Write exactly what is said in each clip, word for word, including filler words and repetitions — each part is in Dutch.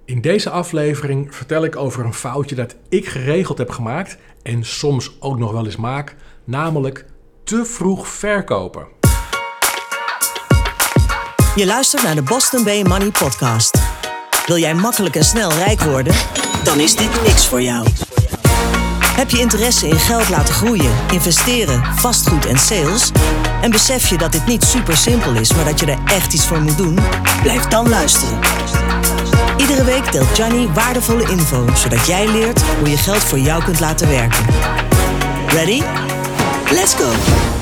In deze aflevering vertel ik over een foutje dat ik geregeld heb gemaakt en soms ook nog wel eens maak, namelijk te vroeg verkopen. Je luistert naar de Boston Bay Money Podcast. Wil jij makkelijk en snel rijk worden? Dan is dit niks voor jou. Heb je interesse in geld laten groeien, investeren, vastgoed en sales? En besef je dat dit niet super simpel is, maar dat je er echt iets voor moet doen? Blijf dan luisteren. Iedere week deelt Johnny waardevolle info, zodat jij leert hoe je geld voor jou kunt laten werken. Ready? Let's go!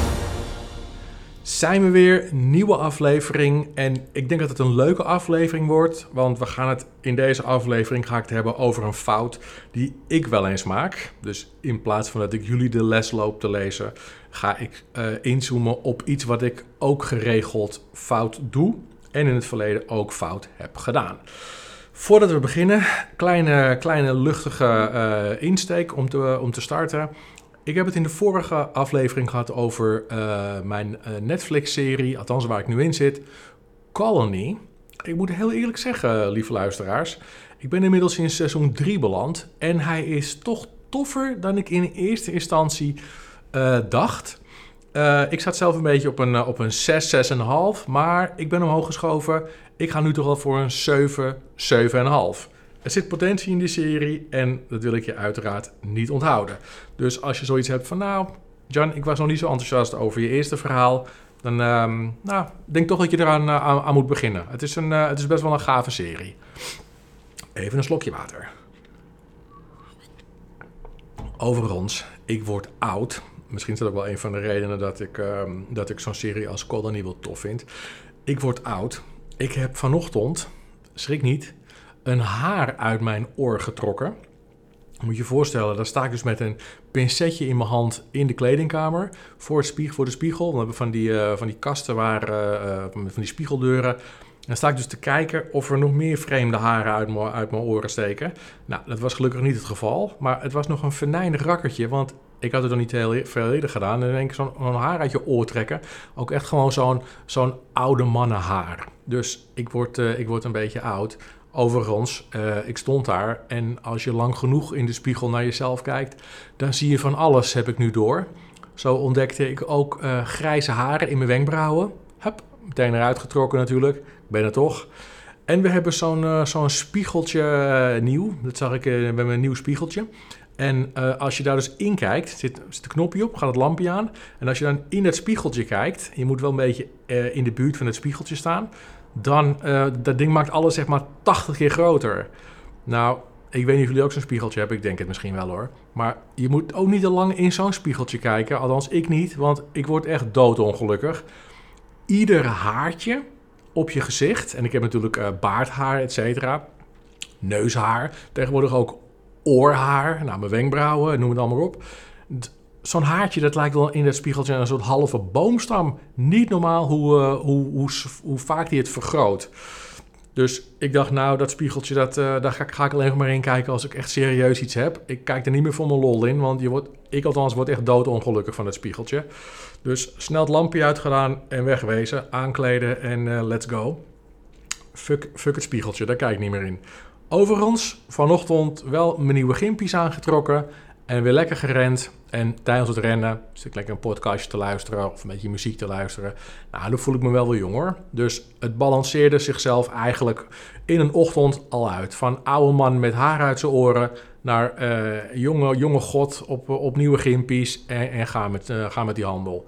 Zijn we weer, nieuwe aflevering en ik denk dat het een leuke aflevering wordt, want we gaan het in deze aflevering ga ik het hebben over een fout die ik wel eens maak. Dus in plaats van dat ik jullie de les loop te lezen, ga ik uh, inzoomen op iets wat ik ook geregeld fout doe en in het verleden ook fout heb gedaan. Voordat we beginnen, kleine, kleine luchtige uh, insteek om te, om te starten. Ik heb het in de vorige aflevering gehad over uh, mijn uh, Netflix-serie, althans waar ik nu in zit, Colony. Ik moet heel eerlijk zeggen, lieve luisteraars, ik ben inmiddels in seizoen drie beland en hij is toch toffer dan ik in eerste instantie uh, dacht. Uh, ik zat zelf een beetje op een, uh, op een zes, zes komma vijf, maar ik ben omhoog geschoven. Ik ga nu toch wel voor een zeven, zeven komma vijf. Er zit potentie in die serie en dat wil ik je uiteraard niet onthouden. Dus als je zoiets hebt van, nou, John, ik was nog niet zo enthousiast over je eerste verhaal, dan um, nou, denk toch dat je eraan uh, aan, aan moet beginnen. Het is, een, uh, het is best wel een gave serie. Even een slokje water. Overigens, ik word oud. Misschien is dat ook wel een van de redenen dat ik, um, dat ik zo'n serie als Colony wel tof vind. Ik word oud. Ik heb vanochtend, schrik niet, een haar uit mijn oor getrokken. Moet je je voorstellen, daar sta ik dus met een pincetje in mijn hand in de kledingkamer voor, het spiegel, voor de spiegel. We hebben van die, uh, van die kasten waar, uh, van die spiegeldeuren. En dan sta ik dus te kijken of er nog meer vreemde haren uit mijn, uit mijn oren steken. Nou, dat was gelukkig niet het geval, maar het was nog een venijnig rakkertje, want ik had het nog niet heel veel eerder gedaan. En dan denk ik zo'n, zo'n haar uit je oor trekken. Ook echt gewoon zo'n, zo'n oude mannenhaar. Dus ik word, uh, ik word een beetje oud. Overigens, uh, ik stond daar en als je lang genoeg in de spiegel naar jezelf kijkt, dan zie je van alles, heb ik nu door. Zo ontdekte ik ook uh, grijze haren in mijn wenkbrauwen. Hup, meteen eruit getrokken natuurlijk. Ik ben er toch. En we hebben zo'n, uh, zo'n spiegeltje uh, nieuw. Dat zag ik, uh, we hebben een nieuw spiegeltje. En uh, als je daar dus in kijkt, zit, zit een knopje op, gaat het lampje aan. En als je dan in dat spiegeltje kijkt, je moet wel een beetje uh, in de buurt van het spiegeltje staan, dan, uh, dat ding maakt alles zeg maar tachtig keer groter. Nou, ik weet niet of jullie ook zo'n spiegeltje hebben, ik denk het misschien wel hoor. Maar je moet ook niet te lang in zo'n spiegeltje kijken, althans ik niet, want ik word echt doodongelukkig. Ieder haartje op je gezicht, en ik heb natuurlijk uh, baardhaar, et cetera, neushaar, tegenwoordig ook oorhaar, nou mijn wenkbrauwen, noem het allemaal op. Zo'n haartje, dat lijkt wel in dat spiegeltje een soort halve boomstam. Niet normaal hoe, uh, hoe, hoe, hoe vaak die het vergroot. Dus ik dacht, nou, dat spiegeltje, dat, uh, daar ga ik, ga ik alleen maar in kijken als ik echt serieus iets heb. Ik kijk er niet meer voor mijn lol in, want je wordt, ik althans word echt doodongelukkig van dat spiegeltje. Dus snel het lampje uitgedaan en wegwezen, aankleden en uh, let's go. Fuck, fuck het spiegeltje, daar kijk ik niet meer in. Overigens, vanochtend wel mijn nieuwe gimpies aangetrokken en weer lekker gerend. En tijdens het rennen zit ik lekker een podcastje te luisteren of een beetje muziek te luisteren. Nou, dan voel ik me wel weer jonger. Dus het balanceerde zichzelf eigenlijk in een ochtend al uit. Van oude man met haar uit zijn oren naar uh, jonge, jonge god op, op nieuwe gimpies en, en ga, met, uh, ga met die handel.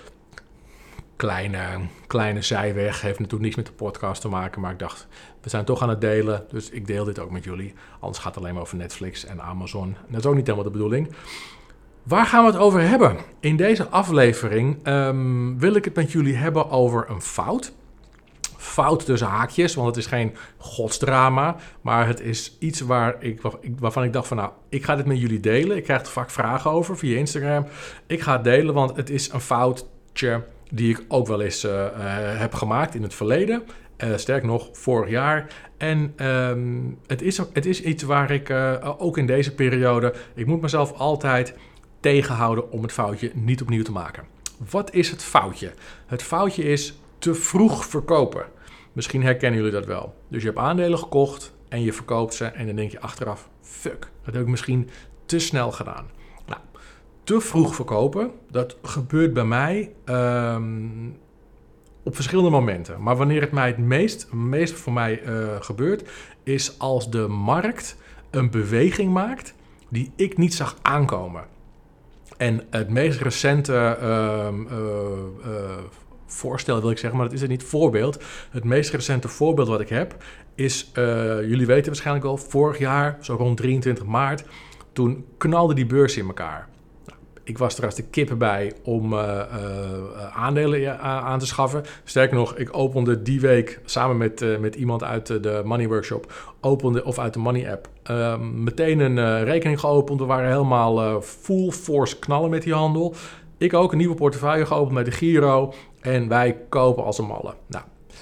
Kleine, kleine zijweg, heeft natuurlijk niets met de podcast te maken, maar ik dacht, we zijn toch aan het delen, dus ik deel dit ook met jullie. Anders gaat het alleen maar over Netflix en Amazon. Dat is ook niet helemaal de bedoeling. Waar gaan we het over hebben? In deze aflevering um, wil ik het met jullie hebben over een fout. Fout tussen haakjes, want het is geen godsdrama, maar het is iets waar ik, waarvan ik dacht van nou, ik ga dit met jullie delen. Ik krijg er vaak vragen over via Instagram. Ik ga het delen, want het is een foutje die ik ook wel eens uh, uh, heb gemaakt in het verleden. Uh, sterk nog, vorig jaar. En um, het, is, het is iets waar ik uh, ook in deze periode, ik moet mezelf altijd tegenhouden om het foutje niet opnieuw te maken. Wat is het foutje? Het foutje is te vroeg verkopen. Misschien herkennen jullie dat wel. Dus je hebt aandelen gekocht en je verkoopt ze en dan denk je achteraf, fuck, dat heb ik misschien te snel gedaan. Nou, te vroeg verkopen, dat gebeurt bij mij um, op verschillende momenten. Maar wanneer het mij het meest, meest voor mij uh, gebeurt, is als de markt een beweging maakt die ik niet zag aankomen. En het meest recente uh, uh, uh, voorstel wil ik zeggen, maar dat is het niet, voorbeeld. Het meest recente voorbeeld wat ik heb is, uh, jullie weten waarschijnlijk wel, vorig jaar, zo rond drieëntwintig maart, toen knalde die beurs in elkaar. Nou, ik was er als de kippen bij om uh, uh, aandelen uh, aan te schaffen. Sterker nog, ik opende die week samen met, uh, met iemand uit de Money Workshop, opende, of uit de Money app, uh, meteen een uh, rekening geopend. We waren helemaal uh, full force knallen met die handel. Ik ook een nieuwe portefeuille geopend met de Giro en wij kopen als een malle. Nou,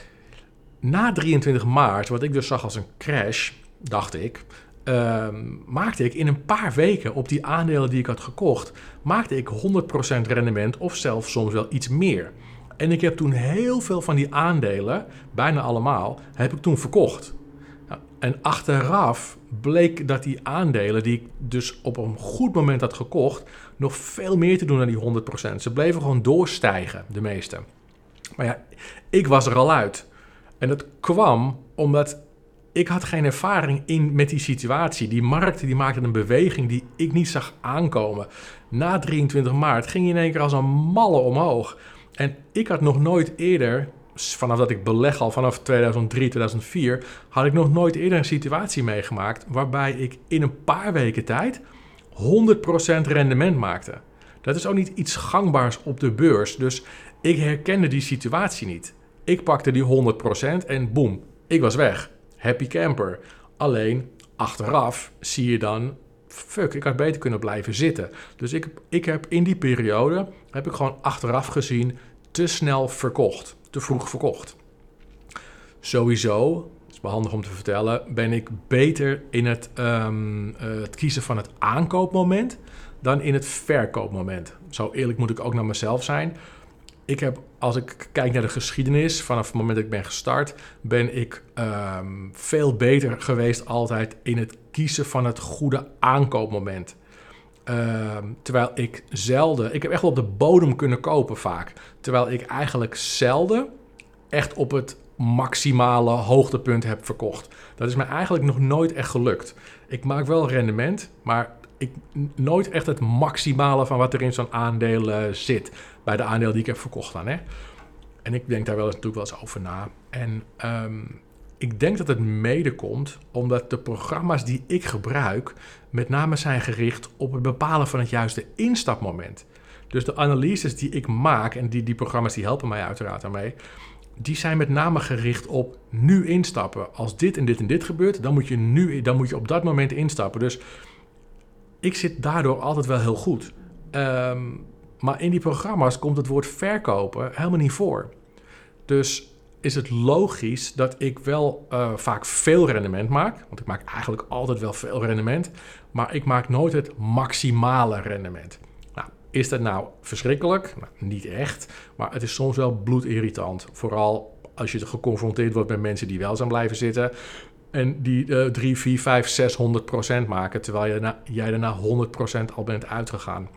na drieëntwintig maart, wat ik dus zag als een crash, dacht ik, uh, maakte ik in een paar weken op die aandelen die ik had gekocht, maakte ik honderd procent rendement of zelfs soms wel iets meer. En ik heb toen heel veel van die aandelen, bijna allemaal, heb ik toen verkocht. Nou, en achteraf bleek dat die aandelen die ik dus op een goed moment had gekocht, nog veel meer te doen dan die honderd procent. Ze bleven gewoon doorstijgen, de meeste. Maar ja, ik was er al uit. En dat kwam omdat ik had geen ervaring in met die situatie. Die markten die maakten een beweging die ik niet zag aankomen. Na drieëntwintig maart ging je in één keer als een malle omhoog. En ik had nog nooit eerder, vanaf dat ik beleg al vanaf tweeduizend drie, tweeduizend vier, had ik nog nooit eerder een situatie meegemaakt waarbij ik in een paar weken tijd honderd procent rendement maakte. Dat is ook niet iets gangbaars op de beurs. Dus ik herkende die situatie niet. Ik pakte die honderd procent en boem, ik was weg. Happy camper. Alleen achteraf zie je dan, fuck, ik had beter kunnen blijven zitten. Dus ik, ik heb in die periode, heb ik gewoon achteraf gezien, te snel verkocht. Te vroeg verkocht. Sowieso, dat is wel handig om te vertellen, ben ik beter in het, um, uh, het kiezen van het aankoopmoment dan in het verkoopmoment. Zo eerlijk moet ik ook naar mezelf zijn. Ik heb, als ik kijk naar de geschiedenis, vanaf het moment dat ik ben gestart, ben ik um, veel beter geweest altijd in het kiezen van het goede aankoopmoment. Uh, terwijl ik zelden, ik heb echt wel op de bodem kunnen kopen vaak. Terwijl ik eigenlijk zelden echt op het maximale hoogtepunt heb verkocht. Dat is mij eigenlijk nog nooit echt gelukt. Ik maak wel rendement, maar ik nooit echt het maximale van wat er in zo'n aandeel uh, zit. Bij de aandelen die ik heb verkocht dan. Hè? En ik denk daar wel eens, natuurlijk wel eens over na. En um, ik denk dat het mede komt omdat de programma's die ik gebruik met name zijn gericht op het bepalen van het juiste instapmoment. Dus de analyses die ik maak, en die, die programma's die helpen mij uiteraard daarmee, die zijn met name gericht op nu instappen. Als dit en dit en dit gebeurt, dan moet je, nu, dan moet je op dat moment instappen. Dus ik zit daardoor altijd wel heel goed. Um, maar in die programma's komt het woord verkopen helemaal niet voor. Dus is het logisch dat ik wel uh, vaak veel rendement maak. Want ik maak eigenlijk altijd wel veel rendement. Maar ik maak nooit het maximale rendement. Nou, is dat nou verschrikkelijk? Nou, niet echt. Maar het is soms wel bloedirritant. Vooral als je geconfronteerd wordt met mensen die wel zijn blijven zitten. En die uh, drie, vier, vijf, zeshonderd procent maken. Terwijl je na, jij daarna honderd procent al bent uitgegaan.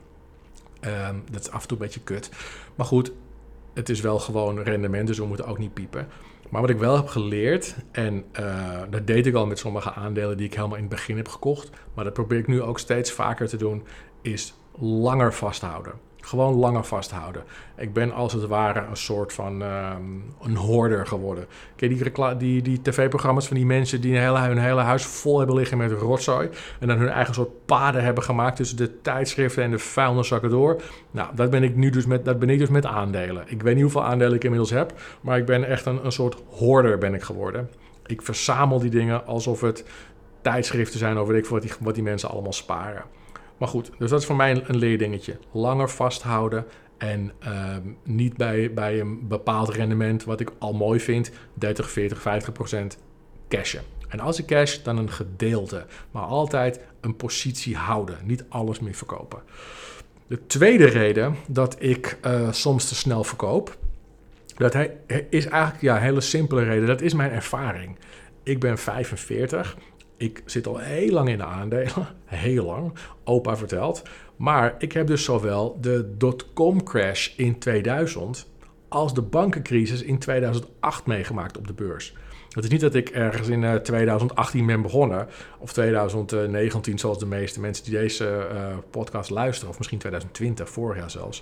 Um, dat is af en toe een beetje kut. Maar goed, het is wel gewoon rendement, dus we moeten ook niet piepen. Maar wat ik wel heb geleerd, en uh, dat deed ik al met sommige aandelen die ik helemaal in het begin heb gekocht, maar dat probeer ik nu ook steeds vaker te doen, is langer vasthouden. Gewoon langer vasthouden. Ik ben als het ware een soort van um, een hoorder geworden. Ken je die, recla- die, die tv-programma's van die mensen die hun hele, hun hele huis vol hebben liggen met rotzooi en dan hun eigen soort paden hebben gemaakt tussen de tijdschriften en de vuilniszakken door? Nou, dat ben ik nu dus met, dat ben ik dus met aandelen. Ik weet niet hoeveel aandelen ik inmiddels heb, maar ik ben echt een, een soort hoorder ben ik geworden. Ik verzamel die dingen alsof het tijdschriften zijn over weet ik wat die, wat die mensen allemaal sparen. Maar goed, dus dat is voor mij een, een leerdingetje. Langer vasthouden en uh, niet bij, bij een bepaald rendement, wat ik al mooi vind, dertig, veertig, vijftig procent cashen. En als ik cash, dan een gedeelte. Maar altijd een positie houden, niet alles meer verkopen. De tweede reden dat ik uh, soms te snel verkoop, dat is eigenlijk ja, een hele simpele reden. Dat is mijn ervaring. ik ben vijfenveertig. Ik zit al heel lang in de aandelen. Heel lang. Opa vertelt. Maar ik heb dus zowel de dotcom crash in tweeduizend... als de bankencrisis in tweeduizend acht meegemaakt op de beurs. Het is niet dat ik ergens in uh, tweeduizend achttien ben begonnen... of tweeduizend negentien, zoals de meeste mensen die deze uh, podcast luisteren... of misschien tweeduizend twintig, vorig jaar zelfs.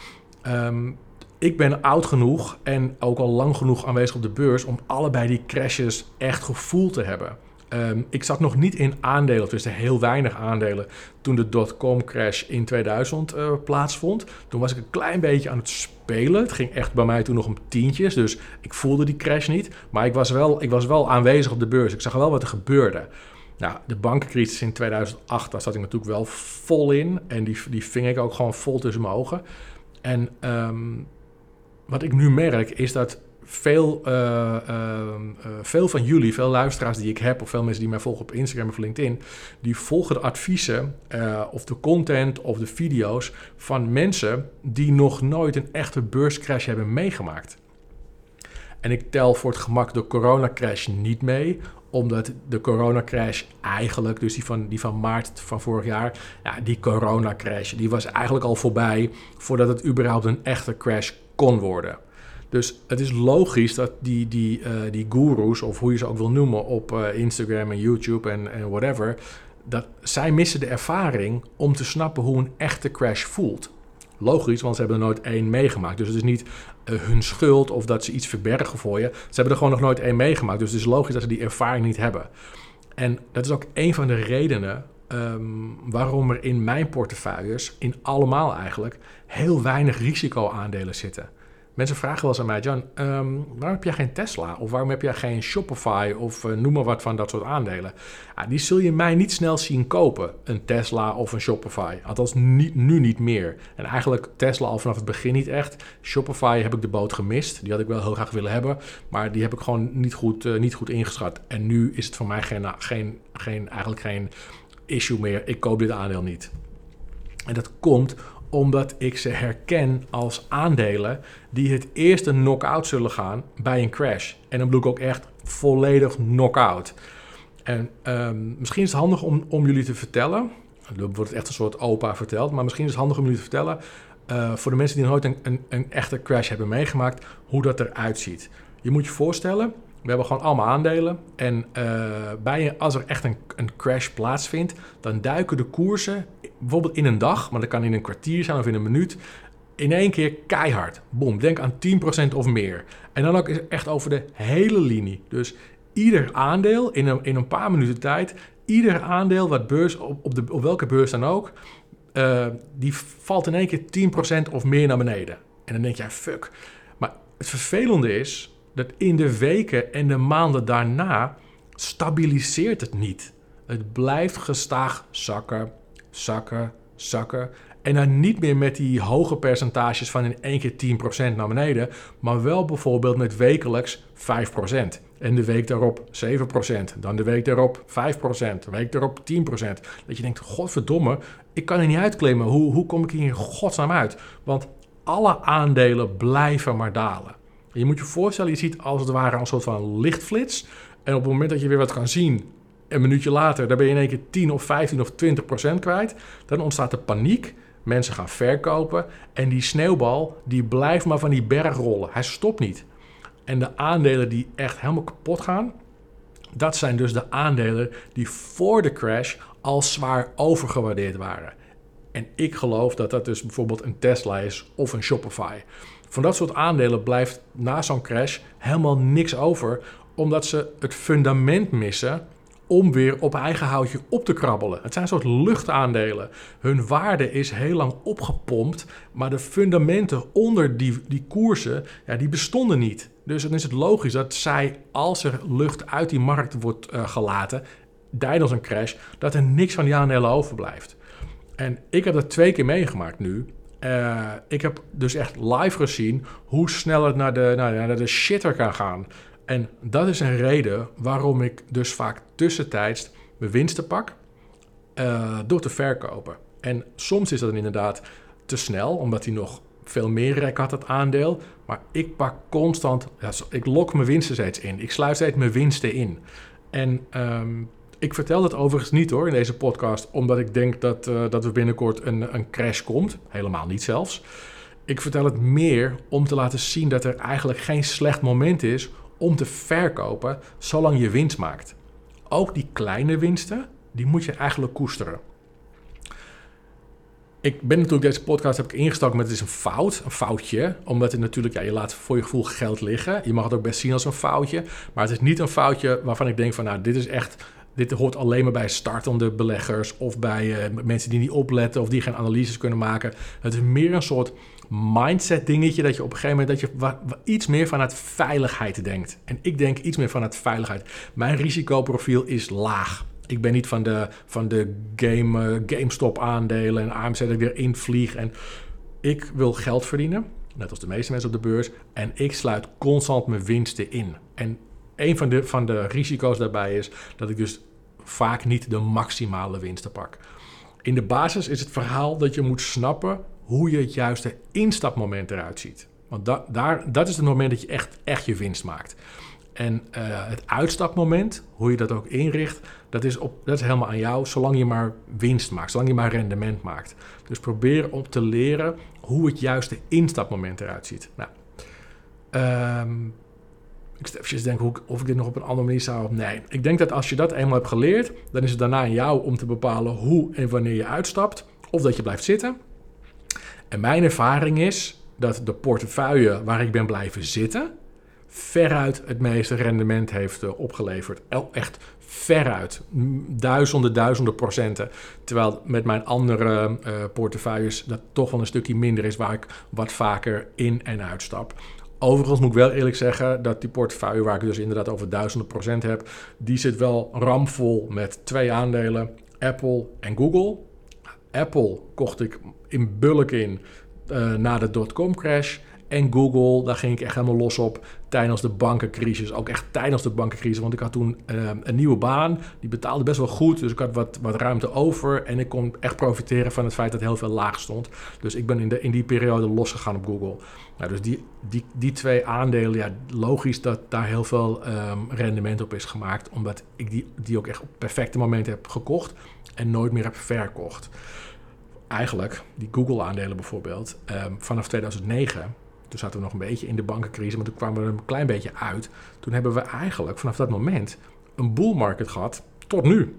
Um, ik ben oud genoeg en ook al lang genoeg aanwezig op de beurs... om allebei die crashes echt gevoeld te hebben. Um, ik zat nog niet in aandelen, dus heel weinig aandelen... toen de dotcom crash in tweeduizend uh, plaatsvond. Toen was ik een klein beetje aan het spelen. Het ging echt bij mij toen nog om tientjes, dus ik voelde die crash niet. Maar ik was wel, ik was wel aanwezig op de beurs. Ik zag wel wat er gebeurde. Nou, de bankencrisis in tweeduizend acht, daar zat ik natuurlijk wel vol in. En die, die ving ik ook gewoon vol tussen mijn ogen. En um, wat ik nu merk is dat... Veel, uh, uh, uh, veel van jullie, veel luisteraars die ik heb... of veel mensen die mij volgen op Instagram of LinkedIn... die volgen de adviezen uh, of de content of de video's... van mensen die nog nooit een echte beurscrash hebben meegemaakt. En ik tel voor het gemak de coronacrash niet mee... omdat de coronacrash eigenlijk, dus die van, die van maart van vorig jaar... ja, die coronacrash die was eigenlijk al voorbij... voordat het überhaupt een echte crash kon worden... Dus het is logisch dat die, die, uh, die goeroes, of hoe je ze ook wil noemen... op uh, Instagram en YouTube en, en whatever... dat zij missen de ervaring om te snappen hoe een echte crash voelt. Logisch, want ze hebben er nooit één meegemaakt. Dus het is niet uh, hun schuld of dat ze iets verbergen voor je. Ze hebben er gewoon nog nooit één meegemaakt. Dus het is logisch dat ze die ervaring niet hebben. En dat is ook een van de redenen... Um, waarom er in mijn portefeuilles, in allemaal eigenlijk... heel weinig risicoaandelen zitten... Mensen vragen wel eens aan mij, John, um, waarom heb jij geen Tesla? Of waarom heb jij geen Shopify? Of uh, noem maar wat van dat soort aandelen. Ja, die zul je mij niet snel zien kopen, een Tesla of een Shopify. Althans, niet, nu niet meer. En eigenlijk Tesla al vanaf het begin niet echt. Shopify heb ik de boot gemist. Die had ik wel heel graag willen hebben. Maar die heb ik gewoon niet goed, uh, niet goed ingeschat. En nu is het voor mij geen, geen, geen, eigenlijk geen issue meer. Ik koop dit aandeel niet. En dat komt... omdat ik ze herken als aandelen die het eerst een knock-out zullen gaan bij een crash. En dan bedoel ik ook echt volledig knock-out. En um, misschien is het handig om, om jullie te vertellen... dan wordt het echt een soort opa verteld... maar misschien is het handig om jullie te vertellen... Uh, voor de mensen die nooit een, een, een echte crash hebben meegemaakt... hoe dat eruit ziet. Je moet je voorstellen... we hebben gewoon allemaal aandelen. En uh, bij, als er echt een, een crash plaatsvindt... dan duiken de koersen, bijvoorbeeld in een dag... maar dat kan in een kwartier zijn of in een minuut... in één keer keihard. Boom, denk aan tien procent of meer. En dan ook echt over de hele linie. Dus ieder aandeel in een, in een paar minuten tijd... ieder aandeel wat beurs, op, op, de, op welke beurs dan ook... Uh, die valt in één keer tien procent of meer naar beneden. En dan denk jij, fuck. Maar het vervelende is... dat in de weken en de maanden daarna stabiliseert het niet. Het blijft gestaag zakken, zakken, zakken. En dan niet meer met die hoge percentages van in één keer tien procent naar beneden... maar wel bijvoorbeeld met wekelijks vijf procent. En de week daarop zeven procent. Dan de week daarop vijf procent. De week daarop tien procent. Dat je denkt, godverdomme, ik kan er niet uitklimmen. Hoe, hoe kom ik hier in godsnaam uit? Want alle aandelen blijven maar dalen. Je moet je voorstellen, je ziet als het ware een soort van lichtflits. En op het moment dat je weer wat kan zien, een minuutje later, dan ben je in één keer tien of vijftien of twintig procent kwijt. Dan ontstaat er paniek. Mensen gaan verkopen. En die sneeuwbal, die blijft maar van die berg rollen. Hij stopt niet. En de aandelen die echt helemaal kapot gaan, dat zijn dus de aandelen die voor de crash al zwaar overgewaardeerd waren. En ik geloof dat dat dus bijvoorbeeld een Tesla is of een Shopify. Van dat soort aandelen blijft na zo'n crash helemaal niks over, omdat ze het fundament missen om weer op eigen houtje op te krabbelen. Het zijn een soort luchtaandelen. Hun waarde is heel lang opgepompt, maar de fundamenten onder die, die koersen, ja, die bestonden niet. Dus dan is het logisch dat zij, als er lucht uit die markt wordt uh, gelaten, tijdens een crash, dat er niks van die aandelen overblijft. En ik heb dat twee keer meegemaakt nu. Uh, ik heb dus echt live gezien hoe snel het naar de, naar, naar de shitter kan gaan. En dat is een reden waarom ik dus vaak tussentijds mijn winsten pak uh, door te verkopen. En soms is dat dan inderdaad te snel, omdat die nog veel meer rek had het aandeel. Maar ik pak constant, ja, ik lok mijn winsten steeds in. Ik sluit steeds mijn winsten in. En um, ik vertel dat overigens niet hoor in deze podcast, omdat ik denk dat, uh, dat er binnenkort een, een crash komt. Helemaal niet zelfs. Ik vertel het meer om te laten zien dat er eigenlijk geen slecht moment is om te verkopen zolang je winst maakt. Ook die kleine winsten, die moet je eigenlijk koesteren. Ik ben natuurlijk deze podcast heb ik ingestoken met het is een fout, een foutje. Omdat het natuurlijk, ja, je laat voor je gevoel geld liggen. Je mag het ook best zien als een foutje. Maar het is niet een foutje waarvan ik denk van nou, dit is echt, dit hoort alleen maar bij startende beleggers of bij uh, mensen die niet opletten of die geen analyses kunnen maken. Het is meer een soort mindset dingetje dat je op een gegeven moment dat je wa- wa- iets meer vanuit veiligheid denkt. En ik denk iets meer vanuit veiligheid. Mijn risicoprofiel is laag. Ik ben niet van de, van de game, uh, GameStop aandelen en A M C dat ik weer invlieg. En ik wil geld verdienen, net als de meeste mensen op de beurs. En ik sluit constant mijn winsten in. En een van de, van de risico's daarbij is dat ik dus vaak niet de maximale winsten pak. In de basis is het verhaal dat je moet snappen hoe je het juiste instapmoment eruit ziet. Want da, daar, dat is het moment dat je echt, echt je winst maakt. En uh, het uitstapmoment, hoe je dat ook inricht, dat is, op, dat is helemaal aan jou, zolang je maar winst maakt, zolang je maar rendement maakt. Dus probeer om te leren hoe het juiste instapmoment eruit ziet. Nou, um, ik zit even denken hoe, of ik dit nog op een andere manier zou... Nee, ik denk dat als je dat eenmaal hebt geleerd, dan is het daarna aan jou om te bepalen hoe en wanneer je uitstapt, of dat je blijft zitten. En mijn ervaring is dat de portefeuille waar ik ben blijven zitten veruit het meeste rendement heeft uh, opgeleverd. Echt veruit. Duizenden, duizenden procenten. Terwijl met mijn andere uh, portefeuilles dat toch wel een stukje minder is waar ik wat vaker in en uitstap. Overigens moet ik wel eerlijk zeggen dat die portefeuille waar ik dus inderdaad over duizenden procent heb, die zit wel ramvol met twee aandelen, Apple en Google. Apple kocht ik in bulk in uh, na de dotcom crash. En Google, daar ging ik echt helemaal los op tijdens de bankencrisis. Ook echt tijdens de bankencrisis, want ik had toen uh, een nieuwe baan. Die betaalde best wel goed, dus ik had wat, wat ruimte over. En ik kon echt profiteren van het feit dat heel veel laag stond. Dus ik ben in, de, in die periode losgegaan op Google. Nou, dus die, die, die twee aandelen, ja, logisch dat daar heel veel um, rendement op is gemaakt. Omdat ik die, die ook echt op het perfecte moment heb gekocht en nooit meer heb verkocht. Eigenlijk, die Google-aandelen bijvoorbeeld, um, vanaf tweeduizend negen... Toen zaten we nog een beetje in de bankencrisis, maar toen kwamen we er een klein beetje uit. Toen hebben we eigenlijk vanaf dat moment een bull market gehad tot nu.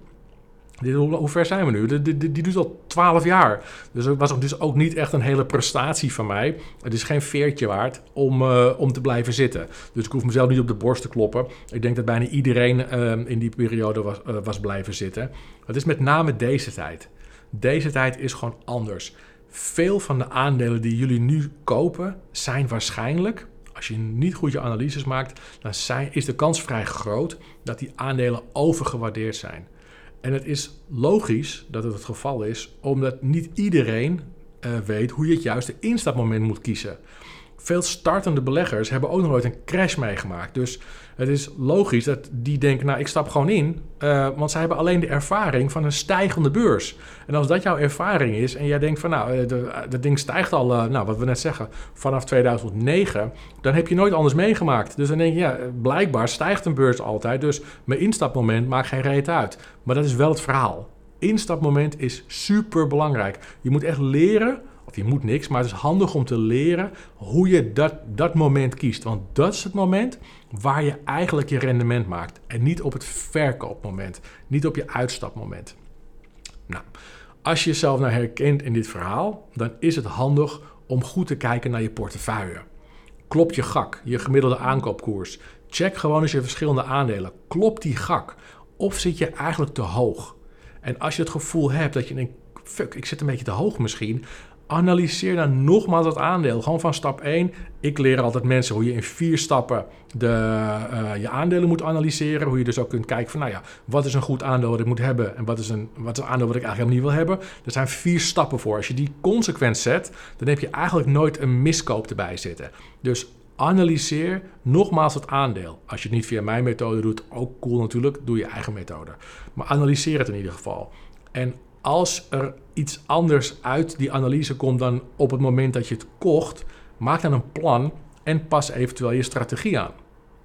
Hoe ver zijn we nu? Die, die, die duurt al twaalf jaar. Dus het was dus ook niet echt een hele prestatie van mij. Het is geen veertje waard om, uh, om te blijven zitten. Dus ik hoef mezelf niet op de borst te kloppen. Ik denk dat bijna iedereen uh, in die periode was, uh, was blijven zitten. Het is met name deze tijd. Deze tijd is gewoon anders. Veel van de aandelen die jullie nu kopen zijn waarschijnlijk, als je niet goed je analyses maakt, dan zijn, is de kans vrij groot dat die aandelen overgewaardeerd zijn. En het is logisch dat het het geval is, omdat niet iedereen uh, weet hoe je het juiste instapmoment moet kiezen. Veel startende beleggers hebben ook nog nooit een crash meegemaakt. Dus het is logisch dat die denken, nou ik stap gewoon in. Uh, want zij hebben alleen de ervaring van een stijgende beurs. En als dat jouw ervaring is en jij denkt van nou, dat ding stijgt al, uh, nou wat we net zeggen, vanaf tweeduizend negen. Dan heb je nooit anders meegemaakt. Dus dan denk je, ja, blijkbaar stijgt een beurs altijd. Dus mijn instapmoment maakt geen reet uit. Maar dat is wel het verhaal. Instapmoment is super belangrijk. Je moet echt leren, of je moet niks, maar het is handig om te leren hoe je dat, dat moment kiest. Want dat is het moment waar je eigenlijk je rendement maakt. En niet op het verkoopmoment, niet op je uitstapmoment. Nou, als je jezelf nou herkent in dit verhaal, dan is het handig om goed te kijken naar je portefeuille. Klopt je G A C, je gemiddelde aankoopkoers. Check gewoon eens je verschillende aandelen. Klopt die G A C? Of zit je eigenlijk te hoog? En als je het gevoel hebt dat je denkt, fuck, ik zit een beetje te hoog misschien, analyseer dan nogmaals dat aandeel. Gewoon van stap één. Ik leer altijd mensen hoe je in vier stappen de, uh, je aandelen moet analyseren. Hoe je dus ook kunt kijken van, nou ja, wat is een goed aandeel wat ik moet hebben en wat is een, wat is een aandeel wat ik eigenlijk helemaal niet wil hebben. Er zijn vier stappen voor. Als je die consequent zet, dan heb je eigenlijk nooit een miskoop erbij zitten. Dus analyseer nogmaals het aandeel. Als je het niet via mijn methode doet, ook cool natuurlijk, doe je eigen methode. Maar analyseer het in ieder geval. En als er iets anders uit die analyse komt dan op het moment dat je het kocht, maak dan een plan en pas eventueel je strategie aan.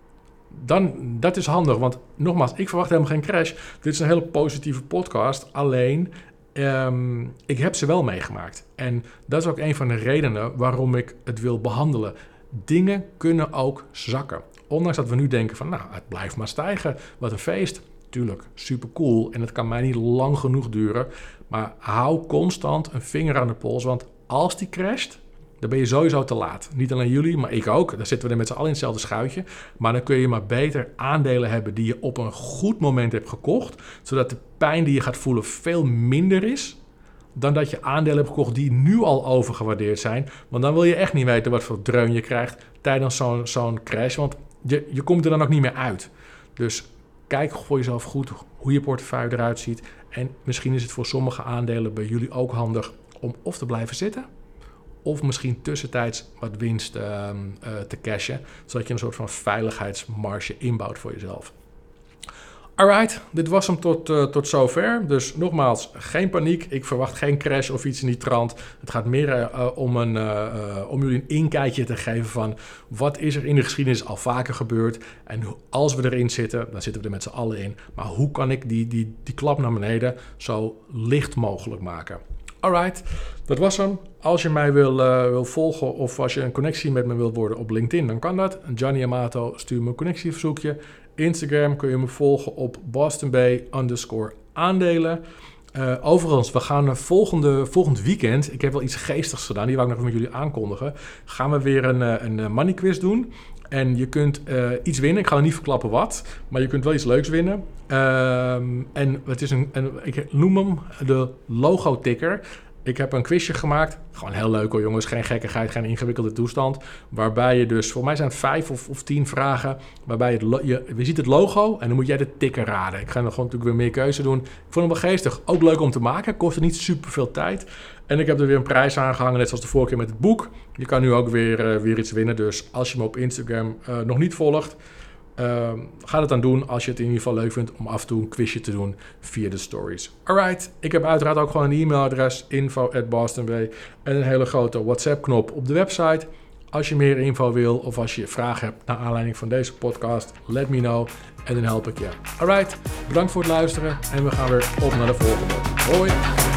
Dan, dat is handig, want nogmaals, ik verwacht helemaal geen crash. Dit is een hele positieve podcast, alleen um, ik heb ze wel meegemaakt. En dat is ook een van de redenen waarom ik het wil behandelen. Dingen kunnen ook zakken. Ondanks dat we nu denken van, nou, het blijft maar stijgen. Wat een feest. Tuurlijk, super cool. En het kan mij niet lang genoeg duren. Maar hou constant een vinger aan de pols. Want als die crasht, dan ben je sowieso te laat. Niet alleen jullie, maar ik ook. Dan zitten we er met z'n allen in hetzelfde schuitje. Maar dan kun je maar beter aandelen hebben die je op een goed moment hebt gekocht. Zodat de pijn die je gaat voelen veel minder is dan dat je aandelen hebt gekocht die nu al overgewaardeerd zijn. Want dan wil je echt niet weten wat voor dreun je krijgt tijdens zo'n, zo'n crash. Want je, je komt er dan ook niet meer uit. Dus kijk voor jezelf goed hoe je portefeuille eruit ziet. En misschien is het voor sommige aandelen bij jullie ook handig om of te blijven zitten, of misschien tussentijds wat winst uh, uh, te cashen, zodat je een soort van veiligheidsmarge inbouwt voor jezelf. Alright, dit was hem tot, uh, tot zover. Dus nogmaals, geen paniek. Ik verwacht geen crash of iets in die trant. Het gaat meer uh, om, een, uh, uh, om jullie een inkijkje te geven van wat is er in de geschiedenis al vaker gebeurd. En als we erin zitten, dan zitten we er met z'n allen in. Maar hoe kan ik die, die, die klap naar beneden zo licht mogelijk maken? Alright, dat was hem. Als je mij wil, uh, wil volgen of als je een connectie met me wilt worden op LinkedIn, dan kan dat. Gianni Amato, stuur me een connectieverzoekje. Instagram kun je me volgen op Boston Bay underscore aandelen. Uh, overigens, we gaan volgende, volgend weekend, ik heb wel iets geestigs gedaan, die wil ik nog met jullie aankondigen, gaan we weer een, een money quiz doen. En je kunt uh, iets winnen. Ik ga er niet verklappen wat. Maar je kunt wel iets leuks winnen. Um, en het is een, een, ik noem hem de logo-ticker. Ik heb een quizje gemaakt. Gewoon heel leuk hoor jongens. Geen gekkigheid, geen ingewikkelde toestand. Waarbij je dus, voor mij zijn het vijf of, of tien vragen. Waarbij je, het, je, je ziet het logo en dan moet jij de ticker raden. Ik ga nog gewoon natuurlijk weer meer keuze doen. Ik vond hem wel geestig. Ook leuk om te maken. Kostte niet super veel tijd. En ik heb er weer een prijs aan gehangen, net zoals de vorige keer met het boek. Je kan nu ook weer, uh, weer iets winnen. Dus als je me op Instagram uh, nog niet volgt, uh, ga het dan doen als je het in ieder geval leuk vindt om af en toe een quizje te doen via de stories. Alright, ik heb uiteraard ook gewoon een e-mailadres, info at boston bay, en een hele grote WhatsApp-knop op de website. Als je meer info wil of als je vragen hebt naar aanleiding van deze podcast, let me know en dan help ik je. Alright, bedankt voor het luisteren en we gaan weer op naar de volgende. Hoi!